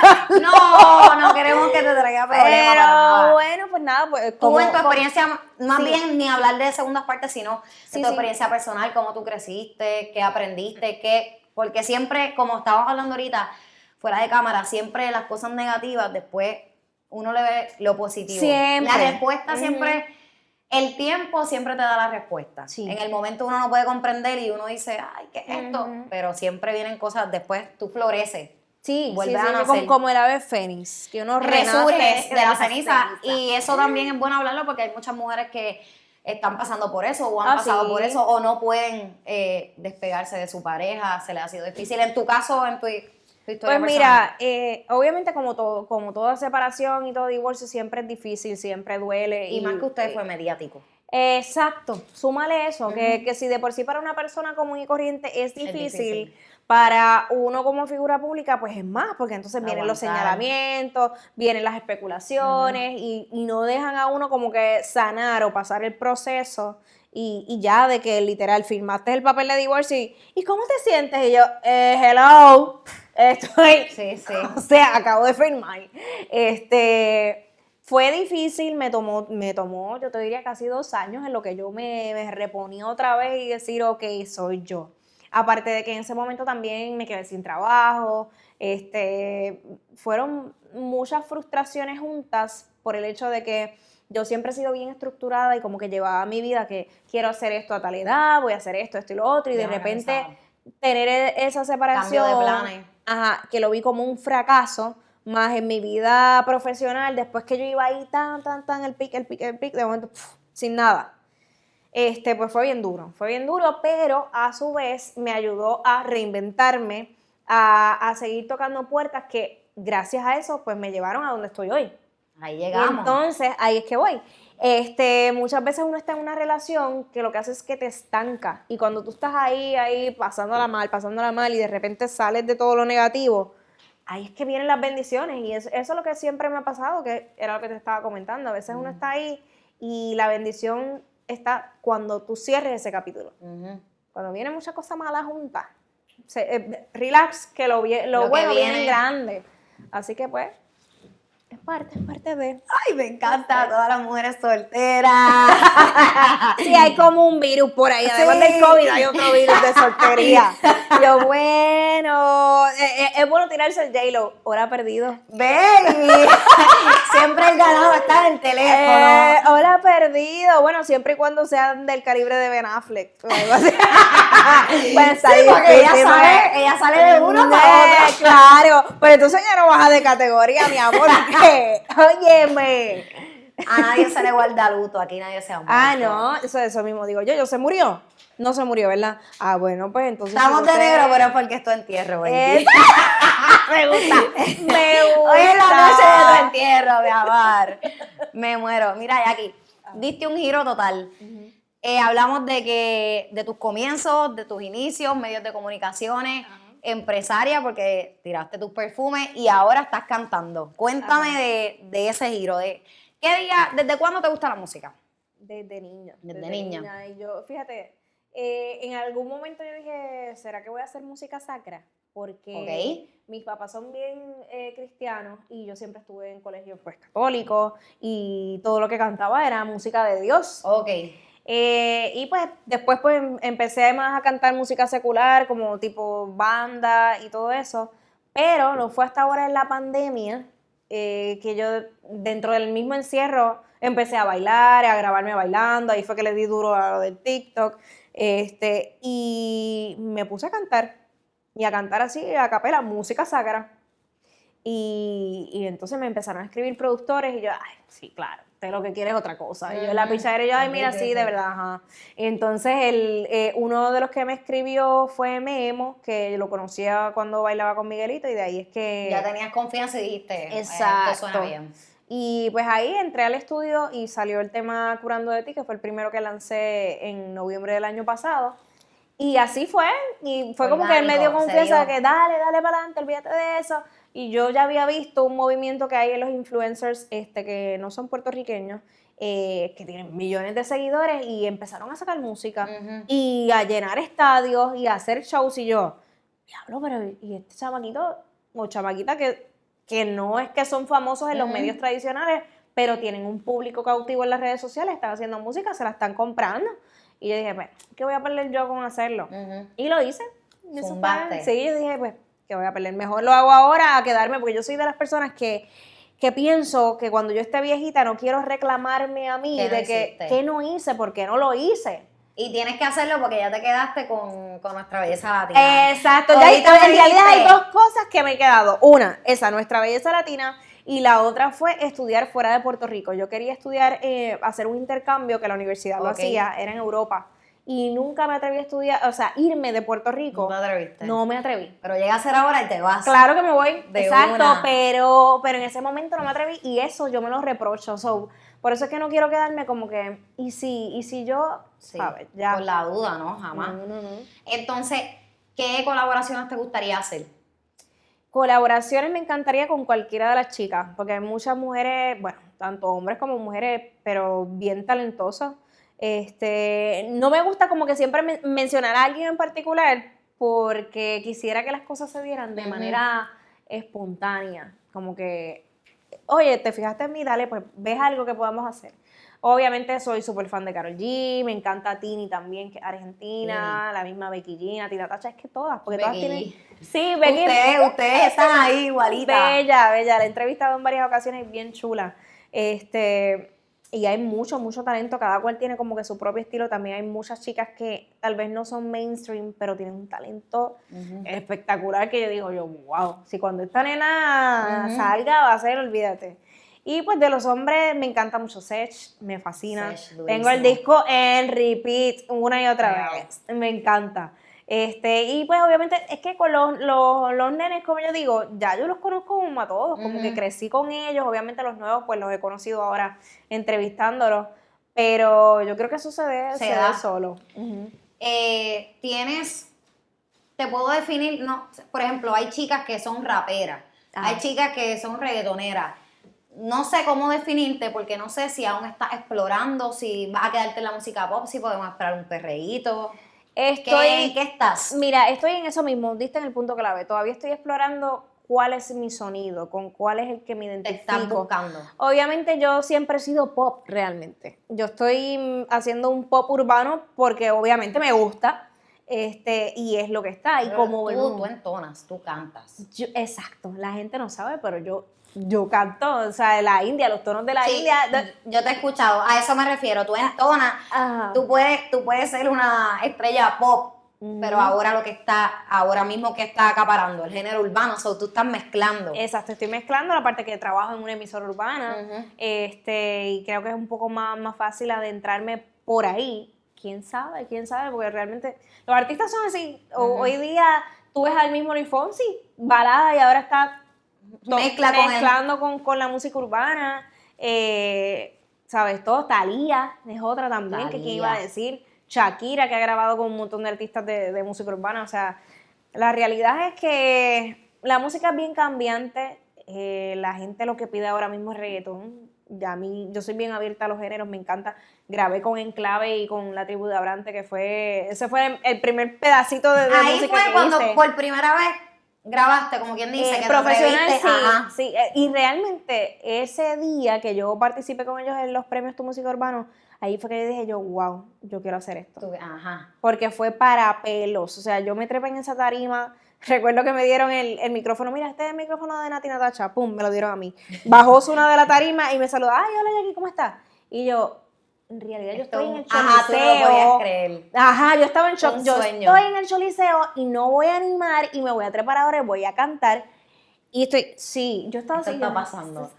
No, no queremos que te traiga problemas para nada. Pero bueno, pues nada, pues Tú como- en tu como- experiencia, más Sí. bien ni hablar de segundas partes, sino Sí, de tu sí. experiencia personal, cómo tú creciste, qué aprendiste, qué, porque siempre, como estábamos hablando ahorita, fuera de cámara, siempre las cosas negativas, después uno le ve lo positivo. Siempre. La respuesta Ujú. siempre, el tiempo siempre te da la respuesta. Sí. En el momento uno no puede comprender y uno dice, ay, ¿qué es esto? Ujú. Pero siempre vienen cosas, después tú floreces. Sí, Vuelve sí, a sí, nacer. como, como el ave fénix, que uno renace Resurges de la las ceniza. Y eso también es bueno hablarlo porque hay muchas mujeres que están pasando por eso o han Ah, pasado sí. por eso o no pueden eh, despegarse de su pareja, se les ha sido difícil. En tu caso, en tu, tu historia Pues personal. mira, eh, obviamente como todo, como toda separación y todo divorcio siempre es difícil, siempre duele. Y más que usted eh, fue mediático. Exacto, súmale eso, que, que si de por sí para una persona común y corriente es difícil, difícil. para uno como figura pública, pues es más, porque entonces vienen los Aguantar. señalamientos, vienen las especulaciones y, y no dejan a uno como que sanar o pasar el proceso y, y ya de que literal firmaste el papel de divorcio y, ¿y cómo te sientes? Y yo, eh, hello, estoy, Sí, sí. o sea, acabo de firmar. Este... Fue difícil, me tomó, me tomó, yo te diría casi dos años en lo que yo me, me reponía otra vez y decir, ok, soy yo. Aparte de que en ese momento también me quedé sin trabajo, este, fueron muchas frustraciones juntas por el hecho de que yo siempre he sido bien estructurada y como que llevaba mi vida que quiero hacer esto a tal edad, voy a hacer esto, esto y lo otro, y de Bien repente organizada. tener e- esa separación, Cambio de planes. ajá, que lo vi como un fracaso, más en mi vida profesional, después que yo iba ahí tan, tan, tan, el pic, el pic, el pic, de momento, pf, sin nada. Este, pues fue bien duro, fue bien duro, pero a su vez me ayudó a reinventarme, a, a seguir tocando puertas que gracias a eso, pues me llevaron a donde estoy hoy. Ahí Y llegamos. entonces, ahí es que voy. Este, muchas veces uno está en una relación que lo que hace es que te estanca. Y cuando tú estás ahí, ahí, pasándola mal, pasándola mal, y de repente sales de todo lo negativo, ahí es que vienen las bendiciones. Y eso, eso es lo que siempre me ha pasado, que era lo que te estaba comentando. A veces uno está ahí y la bendición está cuando tú cierres ese capítulo. Ujú. Cuando vienen muchas cosas malas juntas. Se- eh, relax, que lo, vie- lo Lo que bueno viene viene. en grande. Así que pues, es parte, es parte de... Ay, me encanta, todas las mujeres solteras. Sí, hay como un virus por ahí. Además Sí. del COVID, hay otro virus de soltería. Yo, bueno, eh, eh, es bueno tirarse el J-Lo. Hora perdido. Baby. Siempre el ganado está en el teléfono. Eh, hora perdido. Bueno, siempre y cuando sean del calibre de Ben Affleck. o algo así. Pues está Sí, porque ella difícil, ¿no? sale, ella sale de uno Eh, para otro. Claro, pero entonces ya no baja de categoría, mi amor. ¿Qué? Óyeme. A nadie se le guarda luto, aquí nadie se ha muerto. Ah, no, eso, eso mismo digo yo. ¿Yo se murió? No se murió, ¿verdad? Ah, bueno, pues entonces... Estamos de entonces- negro, pero es porque es tu entierro, baby. Eh, me gusta, me gusta. Hoy es la noche de tu entierro, mi amor. Me muero. Mira, Jackie, diste un giro total. Eh, hablamos de que de tus comienzos, de tus inicios, medios de comunicaciones, empresaria, porque tiraste tus perfumes y ahora estás cantando. Cuéntame de, de ese giro. De, ¿qué día, desde cuándo te gusta la música? Desde niña. Desde niña. Y yo, fíjate, eh, en algún momento yo dije, ¿será que voy a hacer música sacra? Porque mis papás son bien eh, cristianos y yo siempre estuve en colegios pues católicos y todo lo que cantaba era música de Dios. Ok. Eh, y pues después pues em- empecé más a cantar música secular, como tipo banda y todo eso, pero no fue hasta ahora en la pandemia eh, que yo dentro del mismo encierro empecé a bailar, a grabarme bailando, ahí fue que le di duro a lo del TikTok, este, y me puse a cantar, y a cantar así a capela, música sacra. Y, y entonces me empezaron a escribir productores y yo, ay, sí, claro, usted lo que quiere es otra cosa. Y yo en la pichadera, y yo, ay, mira, sí, de verdad, ajá. Y entonces el, eh, uno de los que me escribió fue Memo, que lo conocía cuando bailaba con Miguelito, y de ahí es que... Ya tenías confianza y dijiste, "Eh, Exacto. esto suena bien". Y pues ahí entré al estudio y salió el tema Curando de Ti, que fue el primero que lancé en noviembre del año pasado. Y así fue, y fue como que él me dio Orgánico, se confianza de dio. que dale, dale para adelante, olvídate de eso. Y yo ya había visto un movimiento que hay en los influencers este, que no son puertorriqueños, eh, que tienen millones de seguidores y empezaron a sacar música Ujú. y a llenar estadios y a hacer shows. Y yo, diablo, pero ¿y este chamaquito o chamaquita que, que no es que son famosos en los Ujú. medios tradicionales, pero tienen un público cautivo en las redes sociales, están haciendo música, se la están comprando? Y yo dije, pues, ¿qué voy a perder yo con hacerlo? Ujú. Y lo hice. Y eso Zumbaste. fue- sí, yo dije, pues, ¿qué voy a perder? Mejor lo hago ahora a quedarme, porque yo soy de las personas que, que pienso que cuando yo esté viejita no quiero reclamarme a mí ¿Qué no de que, hiciste? ¿qué no hice? ¿Por qué no lo hice? Y tienes que hacerlo porque ya te quedaste con, con nuestra belleza latina. Exacto, ya hay- Ahorita me en realidad hay dijiste- dos cosas que me he quedado. Una, esa, nuestra belleza latina, Y la otra fue estudiar fuera de Puerto Rico. Yo quería estudiar, eh, hacer un intercambio que la universidad lo Ok. hacía, era en Europa. Y nunca me atreví a estudiar, o sea, irme de Puerto Rico. No te atreviste. No me atreví. Pero llega a ser ahora y te vas. Claro que me voy, De exacto, una. pero, pero en ese momento no me atreví y eso yo me lo reprocho. So, por eso es que no quiero quedarme como que, ¿y si, y si yo? Sí, ¿Sabes? Ya. Por la duda, ¿no? Jamás. No, no, no. Entonces, ¿qué colaboraciones te gustaría hacer? Colaboraciones me encantaría con cualquiera de las chicas, porque hay muchas mujeres, bueno, tanto hombres como mujeres, pero bien talentosas. Este, no me gusta como que siempre men- mencionar a alguien en particular, porque quisiera que las cosas se dieran de Ujú. manera espontánea, como que, oye, ¿te fijaste en mí? Dale, pues, ¿ves algo que podamos hacer? Obviamente soy súper fan de Karol G, me encanta Tini también, que es argentina, la misma Becky G, Nati Natasha, es que todas, porque todas Becky tienen... G. Sí, Becky Ustedes, ustedes están ahí igualitas. Bella, bella, la he entrevistado en varias ocasiones, bien chula. Este, y hay mucho, mucho talento, cada cual tiene como que su propio estilo. También hay muchas chicas que tal vez no son mainstream, pero tienen un talento Ujú. espectacular que yo digo, yo, wow, si cuando esta nena Ujú. salga va a ser, olvídate. Y pues de los hombres me encanta mucho Sech, me fascina. Sech, durísimo. Tengo el disco en repeat una y otra Wow. vez, me encanta. Este, y pues obviamente es que con los, los, los nenes, como yo digo, ya yo los conozco como a todos, como que Ujú. crecí con ellos, obviamente los nuevos pues los he conocido ahora entrevistándolos, pero yo creo que eso se dé, Se se da. dé solo. Ujú. Eh, tienes, te puedo definir, no, por ejemplo, hay chicas que son raperas, Ajá. hay chicas que son reggaetoneras. No sé cómo definirte porque no sé si aún estás explorando, si vas a quedarte en la música pop, si podemos esperar un perreíto. Estoy, ¿Qué, ¿En qué estás? Mira, estoy en eso mismo, diste en el punto clave, todavía estoy explorando cuál es mi sonido, con cuál es el que me Te identifico. estás buscando. Obviamente yo siempre he sido pop realmente. Yo estoy mm, haciendo un pop urbano porque obviamente me gusta, este, y es lo que está. Y Pero como tú, volvemos- tú entonas, tú cantas. yo- exacto, la gente no sabe, pero yo, yo canto, o sea, de la India, los tonos de la Sí, India. de- yo te he escuchado, a eso me refiero, tú entonas, Ajá. tú puedes, tú puedes ser una estrella pop, Ujú. pero ahora lo que está, ahora mismo que está acaparando el género urbano, so, tú estás mezclando. Exacto, estoy mezclando la parte que trabajo en una emisora urbana, Ujú. este, y creo que es un poco más, más fácil adentrarme por ahí. ¿Quién sabe? ¿Quién sabe? Porque realmente los artistas son así. O- Ujú. Hoy día tú ves al mismo Luis Fonsi, balada, y ahora está to- Mezcla con el- mezclando con, con la música urbana. Eh, ¿Sabes? Todo. Thalía es otra también, que quién iba a Thalía. decir. Shakira, que ha grabado con un montón de artistas de, de música urbana. O sea, la realidad es que la música es bien cambiante. Eh, la gente lo que pide ahora mismo es reggaetón. Ya a mí, yo soy bien abierta a los géneros, me encanta. Grabé con Enclave y con La Tribu de Abrante, que fue, ese fue el primer pedacito de, de Ahí música fue que cuando hice. por primera vez grabaste, como quien dice, Eh, que profesional, te atreviste, sí, ajá. sí. eh, Y realmente ese día que yo participé con ellos en los premios Tu Música Urbano, ahí fue que yo dije yo, wow, yo quiero hacer esto. Tú- ajá. Porque fue para pelos, o sea, yo me trepé en esa tarima, recuerdo que me dieron el, el micrófono, mira, este es el micrófono de Nati Natasha, pum, me lo dieron a mí. Bajó Zuna de la tarima y me saludó, ay, hola Jackie, ¿cómo estás? Y yo, en realidad yo Esto- estoy en el ajá, tú no lo podías choliseo. creer. Ajá, yo estaba en shock, Un yo sueño. estoy en el choliseo y no voy a animar y me voy a trepar ahora y voy a cantar. Y estoy, sí, yo estaba Esto así. está yo, pasando.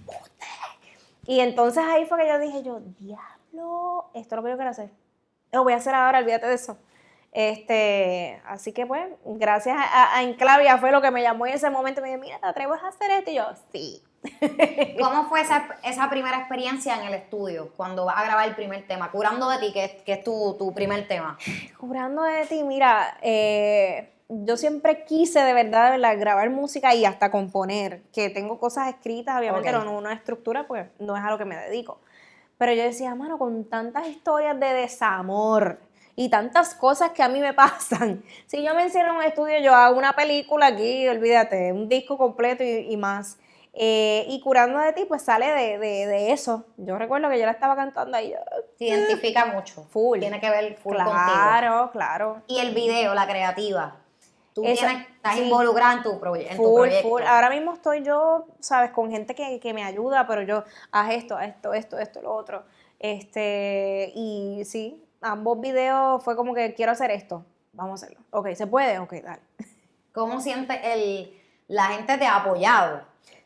Y entonces ahí fue que yo dije yo, diablo, esto es lo que yo quiero hacer. Lo voy a hacer ahora, olvídate de eso. Este, así que pues, gracias a, a, a Enclavia fue lo que me llamó en ese momento. Me dijo, mira, ¿te atreves a hacer esto? Y yo, sí. ¿Cómo fue esa, esa primera experiencia en el estudio cuando vas a grabar el primer tema? Curando de ti, que es, que es tu, tu primer tema. Jurando de ti, mira, eh, yo siempre quise de verdad, de verdad grabar música y hasta componer, que tengo cosas escritas, obviamente Ok. no, no una estructura, pues no es a lo que me dedico. Pero yo decía, mano, con tantas historias de desamor y tantas cosas que a mí me pasan, si yo me encierro en un estudio, yo hago una película aquí, olvídate, un disco completo y, y más. Eh, y Curando de ti, pues sale de, de, de eso. Yo recuerdo que yo la estaba cantando ahí. yo, Te identifica mucho. Full. Tiene que ver full contigo. Claro, claro. Y el video, la creativa. Tú Esa- tienes, estás sí. involucrada en tu, proye- en tu Full, proyecto. full. Ahora mismo estoy yo, sabes, con gente que, que me ayuda, pero yo, haz esto, haz esto, esto, esto, lo otro. Este, y sí, ambos videos fue como que quiero hacer esto, vamos a hacerlo. Ok, ¿se puede? Ok, dale. ¿Cómo sientes el, la gente te ha apoyado?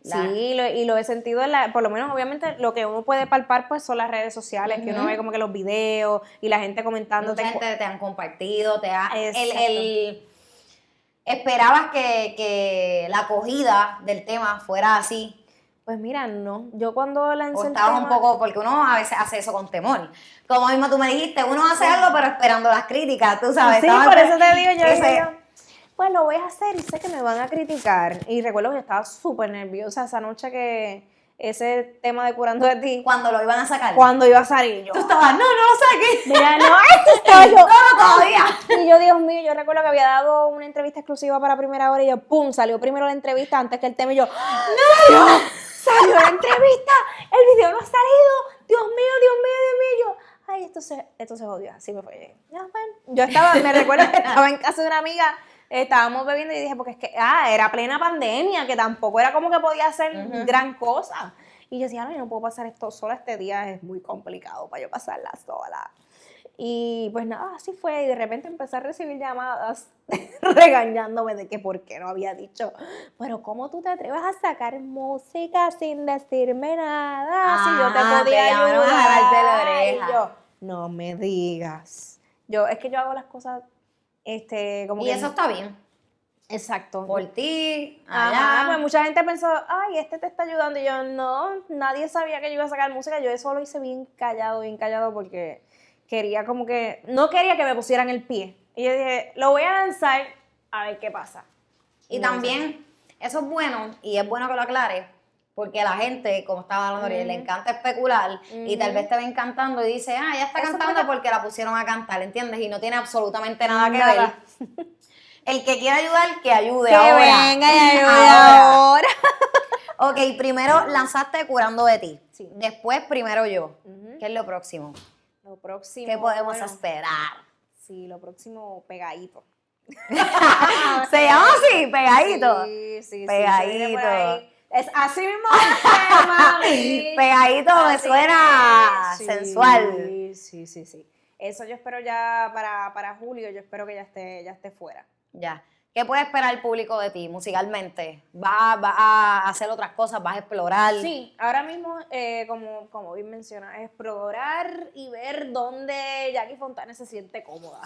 La- Sí, lo- y lo he sentido, en la, por lo menos obviamente lo que uno puede palpar pues son las redes sociales, que uno Ujú. ve como que los videos y la gente comentando. Mucha gente te han compartido, te ha... El, Exacto. el- esperabas que, que la acogida del tema fuera así, Pues mira, no, yo cuando lancé o el estabas un tema- poco, porque uno a veces hace eso con temor. Como mismo tú me dijiste, uno hace algo pero esperando las críticas, tú sabes. Sí, estabas por esper- eso te digo, yo ese- dije yo, pues lo voy a hacer y sé que me van a criticar. Y recuerdo que estaba súper nerviosa esa noche que ese tema de Curando de Ti, cuando lo iban a sacar. cuando iba a salir yo. Tú estabas, no, no lo saques. Mira, no, esto estaba yo. No, no, todavía. Y yo, Dios mío, yo recuerdo que había dado una entrevista exclusiva para Primera Hora y yo, pum, salió primero la entrevista antes que el tema y yo, ¡no! ¡Salió! ¡Salió la entrevista! ¡El video no ha salido! ¡Dios mío, Dios mío, Dios mío! Y yo, ay, esto se, esto se jodió. Así me fue. Ya, bueno. Yo estaba, me recuerdo que estaba en casa de una amiga, estábamos bebiendo y dije, porque es que, ah, era plena pandemia, que tampoco era como que podía hacer Ujú. gran cosa. Y yo decía, no, yo no puedo pasar esto sola este día, es muy complicado para yo pasarla sola. Y pues nada, así fue. Y de repente empecé a recibir llamadas regañándome de que por qué no había dicho, pero ¿cómo tú te atreves a sacar música sin decirme nada? Si yo te Ah, podía te llamaron a jalarte la ayudar. oreja. Y yo, no me digas. Yo, es que yo hago las cosas, este, como Y que... eso está bien. Exacto. Por ti, Ajá, allá. pues mucha gente pensó, ay, este te está ayudando. Y yo, no, nadie sabía que yo iba a sacar música. Yo eso lo hice bien callado, bien callado, porque quería como que, no quería que me pusieran el pie. Y yo dije, lo voy a lanzar a ver qué pasa. Y No también, eso es bueno, y es bueno que lo aclares, porque la gente, como estaba hablando ahorita, le encanta especular, y tal vez te ven cantando y dice, ah, ella está Eso cantando fue- porque la pusieron a cantar, ¿entiendes? Y no tiene absolutamente nada que Nada. ver. El que quiera ayudar, que ayude Que ahora. venga y ayude Ahora. ahora. Ok, primero lanzaste Curando de Ti. Sí. Después, primero yo. Ujú. ¿Qué es lo próximo? Lo próximo. ¿Qué podemos bueno, esperar? Sí, lo próximo pegadito. Se llama así, pegadito. Sí, sí, sí. Pegadito. se viene por ahí. Es así mismo va a ser, mami. Pegadito me Así suena que, sí, sensual. Sí, sí, sí. Eso yo espero ya para, para julio, yo espero que ya esté, ya esté fuera. Ya. ¿Qué puede esperar el público de ti musicalmente? ¿Vas va a hacer otras cosas? ¿Vas a explorar? Sí, ahora mismo, eh, como, como bien menciona, explorar y ver dónde Jackie Fontana se siente cómoda.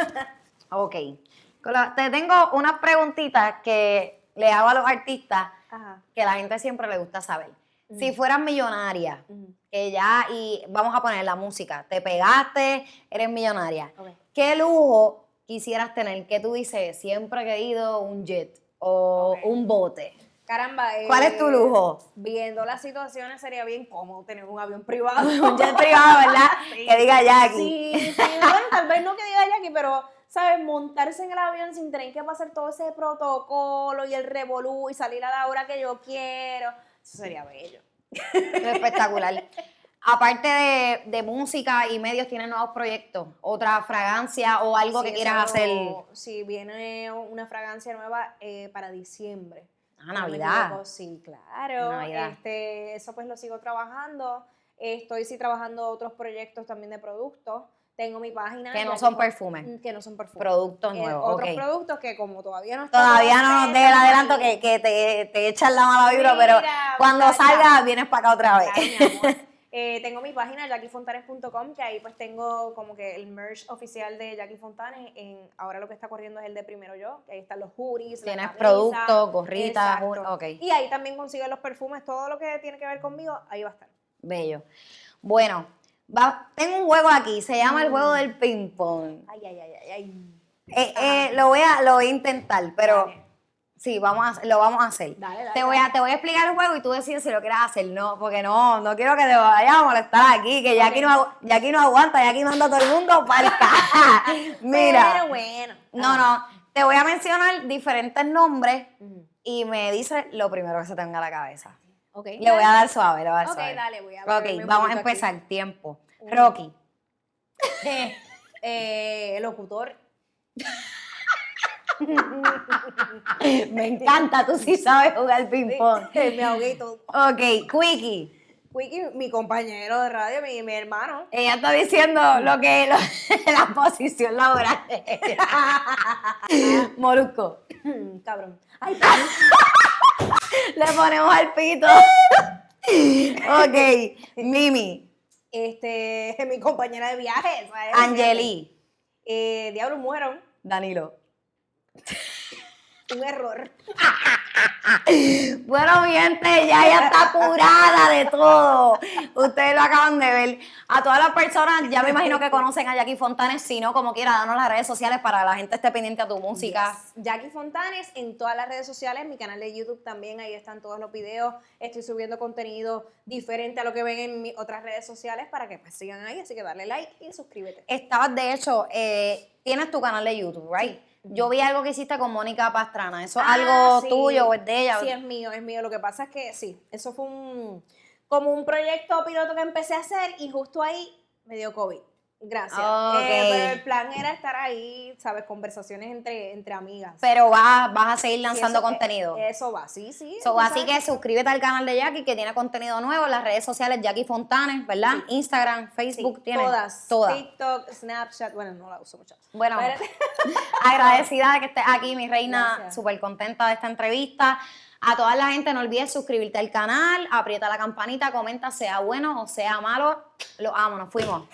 Ok. Con la- Te tengo unas preguntitas que le hago a los artistas Ajá. que a la gente siempre le gusta saber. Si fueras millonaria, Ujú. que ya, y vamos a poner la música, te pegaste, eres millonaria. Ok. ¿Qué lujo quisieras tener? ¿Qué tú dices? Siempre he querido un jet o Ok. un bote. Caramba, eh, ¿Cuál es tu lujo? Viendo las situaciones sería bien cómodo tener un avión privado. Un jet privado, ¿verdad? Sí. Que diga Jackie. Sí, sí, bueno, tal vez no que diga Jackie, pero, ¿sabes? Montarse en el avión sin tener que pasar todo ese protocolo y el revolú y salir a la hora que yo quiero. Eso sería bello. Espectacular. Aparte de, de música y medios, ¿tienes nuevos proyectos? ¿Otra fragancia o algo Sí, que quieras eso- hacer? Sí, viene una fragancia nueva eh, para diciembre. Ah, No me Navidad. equivoco, sí, claro. Navidad. Este, eso pues lo sigo trabajando. Estoy sí trabajando otros proyectos también de productos. Tengo mi página. Que no ya son tengo- perfumes. Que no son perfumes. Productos Eh, nuevos, Otros ok. productos que como todavía no están. Todavía no nos dé el adelanto que, que te, te echan la mala vibra, pero Mira, cuando muchacha. salga vienes para acá otra vez. Ay, mi amor. Eh, tengo mi página jackie fontanes punto com, que ahí pues tengo como que el merch oficial de Jackie Fontanes. En, ahora lo que está corriendo es el de Primero Yo, que ahí están los hoodies, la Tienes camisa. productos, gorritas, Exacto. hood- ok. Y ahí también consiguen los perfumes, todo lo que tiene que ver conmigo, ahí va a estar. Bello. Bueno, va- tengo un juego aquí, se llama el juego del ping pong. Ay, ay, ay, ay, ay. Eh, eh, lo, voy a, lo voy a intentar, pero Dale. sí, vamos a, lo vamos a hacer. Dale, dale, te, voy a, dale. te voy a explicar el juego y tú decides si lo quieres hacer, no, porque no, no quiero que te vayas a molestar aquí, que Jackie, Ok. no, agu- Jackie no aguanta, Jackie manda a todo el mundo para el ca- Mira, Pero bueno. no, no, te voy a mencionar diferentes nombres Ujú. y me dices lo primero que se te venga a la cabeza. Ok. Le voy a dar suave, le voy a dar Ok, suave. dale, voy a Ok, beberme un vamos a poquito aquí. empezar, tiempo. Uno. Rocky. Eh, locutor. Me encanta, tú sí sabes jugar ping pong. Me ahogué y todo. Ok, Quickie. Wiki, mi compañero de radio, mi, mi hermano. Ella está diciendo lo que lo- la posición laboral de ella. Molusco. Cabrón. Ay, perdón. Le ponemos al pito. Ok, Mimi. Este, mi compañera de viaje, ¿sabes? Angeli. Eh, Diablo, mujeron. Danilo. Un error. Bueno, mi gente, ya ella está curada de todo. Ustedes lo acaban de ver. A todas las personas, ya me imagino que conocen a Jackie Fontanes. Si no, como quiera, danos las redes sociales para que la gente esté pendiente a tu música. Yes. Jackie Fontanes en todas las redes sociales, mi canal de YouTube también, ahí están todos los videos. Estoy subiendo contenido diferente a lo que ven en mis otras redes sociales para que pues sigan ahí, así que dale like y suscríbete. Estabas, de hecho, eh, tienes tu canal de YouTube, ¿right? Yo vi algo que hiciste con Mónica Pastrana. ¿Eso es Ah, algo sí. tuyo o es de ella? Sí, es mío, es mío. Lo que pasa es que sí, eso fue un como un proyecto piloto que empecé a hacer y justo ahí me dio COVID. Gracias. Ok. Eh, pero el plan era estar ahí, ¿sabes? Conversaciones entre, entre amigas. Pero vas, vas a seguir Sí, lanzando eso- contenido. eh, Eso va, sí, sí. So, tú así sabes. que suscríbete al canal de Jackie, que tiene contenido nuevo en las redes sociales. Jackie Fontanes, ¿verdad? Instagram, Facebook, Sí, tiene todas. todas. TikTok, Snapchat, bueno, no la uso mucho. Bueno, Pero- agradecida de que estés aquí, mi reina, Gracias. súper contenta de esta entrevista. A toda la gente, no olvides suscribirte al canal, aprieta la campanita, comenta, sea bueno o sea malo. Los amo, nos fuimos.